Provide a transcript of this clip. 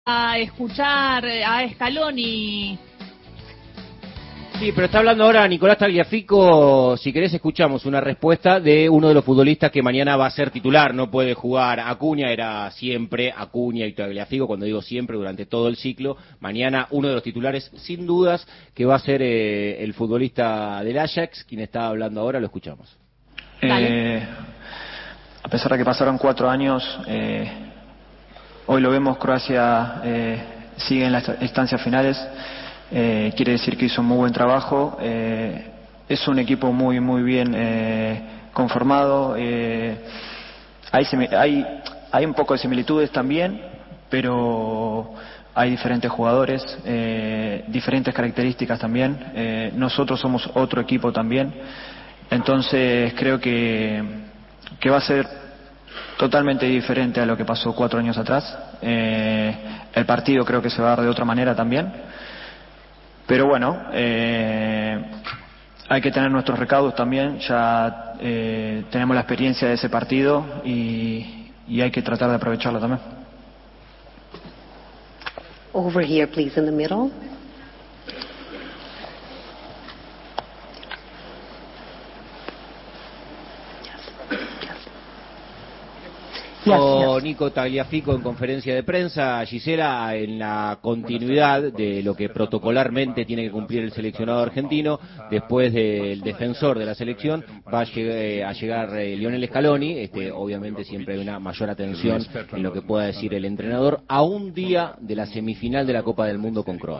a escuchar a Scaloni. Sí, pero está hablando ahora Nicolás Tagliafico. Si querés escuchamos una respuesta de uno de los futbolistas que mañana va a ser titular, no puede jugar. Acuña era siempre Acuña y Tagliafico, cuando digo siempre, durante todo el ciclo. Mañana uno de los titulares, sin dudas, que va a ser el futbolista del Ajax, quien está hablando ahora, lo escuchamos. A pesar de que pasaron 4 años, hoy lo vemos, Croacia sigue en las instancias finales. Quiere decir que hizo un muy buen trabajo. Es un equipo muy bien conformado. Hay un poco de similitudes también, pero hay diferentes jugadores, diferentes características también. Nosotros somos otro equipo también. Entonces creo que va a ser totalmente diferente a lo que pasó 4 años atrás. El partido creo que se va a dar de otra manera también. Pero bueno, hay que tener nuestros recaudos también. Ya tenemos la experiencia de ese partido y hay que tratar de aprovecharlo también. Over here, please, in the middle. Nico Tagliafico en conferencia de prensa, Gisela, en la continuidad de lo que protocolarmente tiene que cumplir el seleccionado argentino, después del defensor de la selección, va a llegar Lionel Scaloni. Obviamente siempre hay una mayor atención en lo que pueda decir el entrenador, a un día de la semifinal de la Copa del Mundo con Croacia.